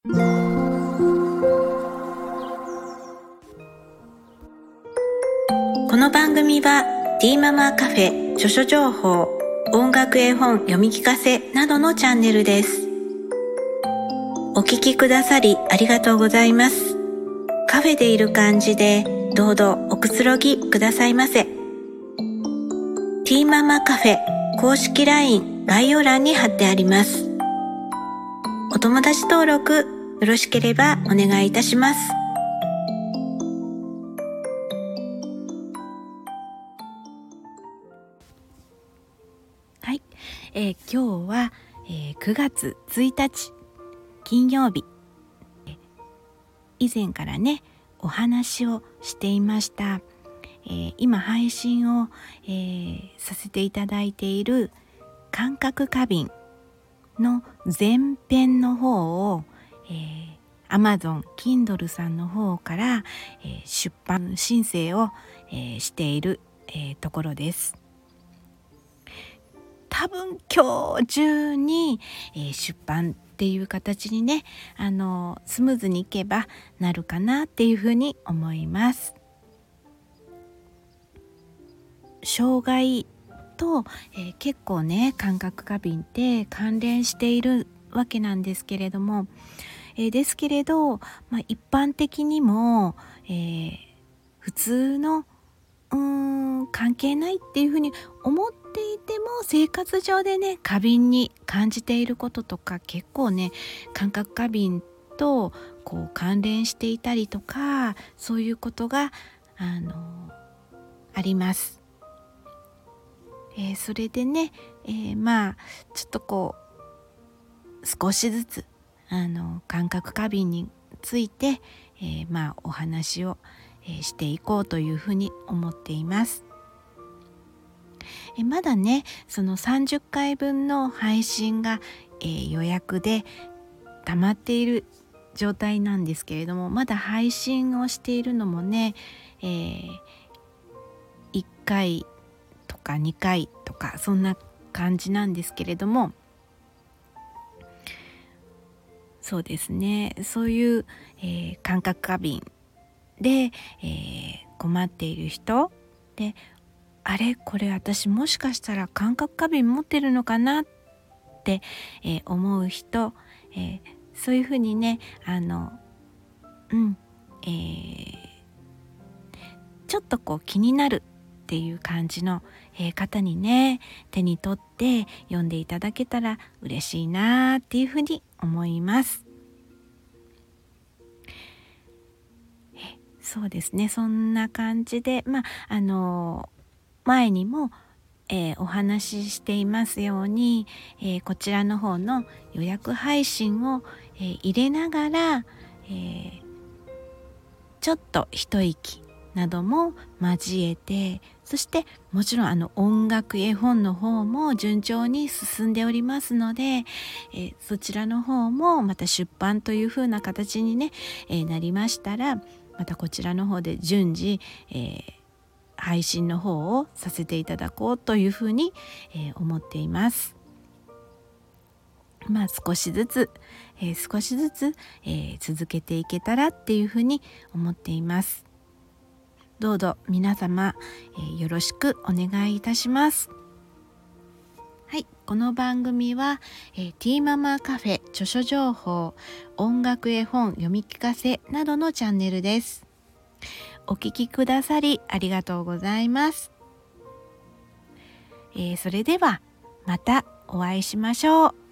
この番組はティーママカフェ、著書情報、音楽絵本読み聞かせなどのチャンネルです。お聞きくださりありがとうございます。カフェでいる感じでどうぞおくつろぎくださいませ。ティーママカフェ公式 LINE 概要欄に貼ってあります。お友達登録よろしければお願いいたします。はい、今日は、9月1日金曜日、以前からねお話をしていました、今配信を、させていただいている感覚過敏の前編の方を、Amazon Kindle さんの方から、出版申請を、している、ところです。多分今日中に、出版っていう形にねスムーズにいけばなるかなっていうふうに思います。障害と、結構ね感覚過敏って関連しているわけなんですけれども、ですけれど、一般的にも、普通の関係ないっていうふうに思っていても生活上でね過敏に感じていることとか結構ね感覚過敏とこう関連していたりとかそういうことがあります。それでね、ちょっとこう少しずつ感覚過敏について、お話を、していこうというふうに思っています。まだねその30回分の配信が、予約で溜まっている状態なんですけれども、まだ配信をしているのもね、1回とか2回とかそんな感じなんですけれども、そうですねそういう、感覚過敏で、困っている人で、あれこれ私もしかしたら感覚過敏持ってるのかなって、思う人、そういうふうにねちょっとこう気になるっていう感じの、方にね手に取って読んでいただけたら嬉しいなっていうふうに思います。そうですねそんな感じで前にも、お話ししていますように、こちらの方の予約配信を、入れながら、ちょっと一息なども交えて、そしてもちろん音楽絵本の方も順調に進んでおりますので、そちらの方もまた出版という風な形にね、なりましたらまたこちらの方で順次、配信の方をさせていただこうというふうに、思っています。少しずつ、続けていけたらっていうふうに思っています。どうぞ皆様、よろしくお願いいたします。はい、この番組は、ティーママカフェ著書情報、音楽絵本読み聞かせなどのチャンネルです。お聞きくださりありがとうございます。それではまたお会いしましょう。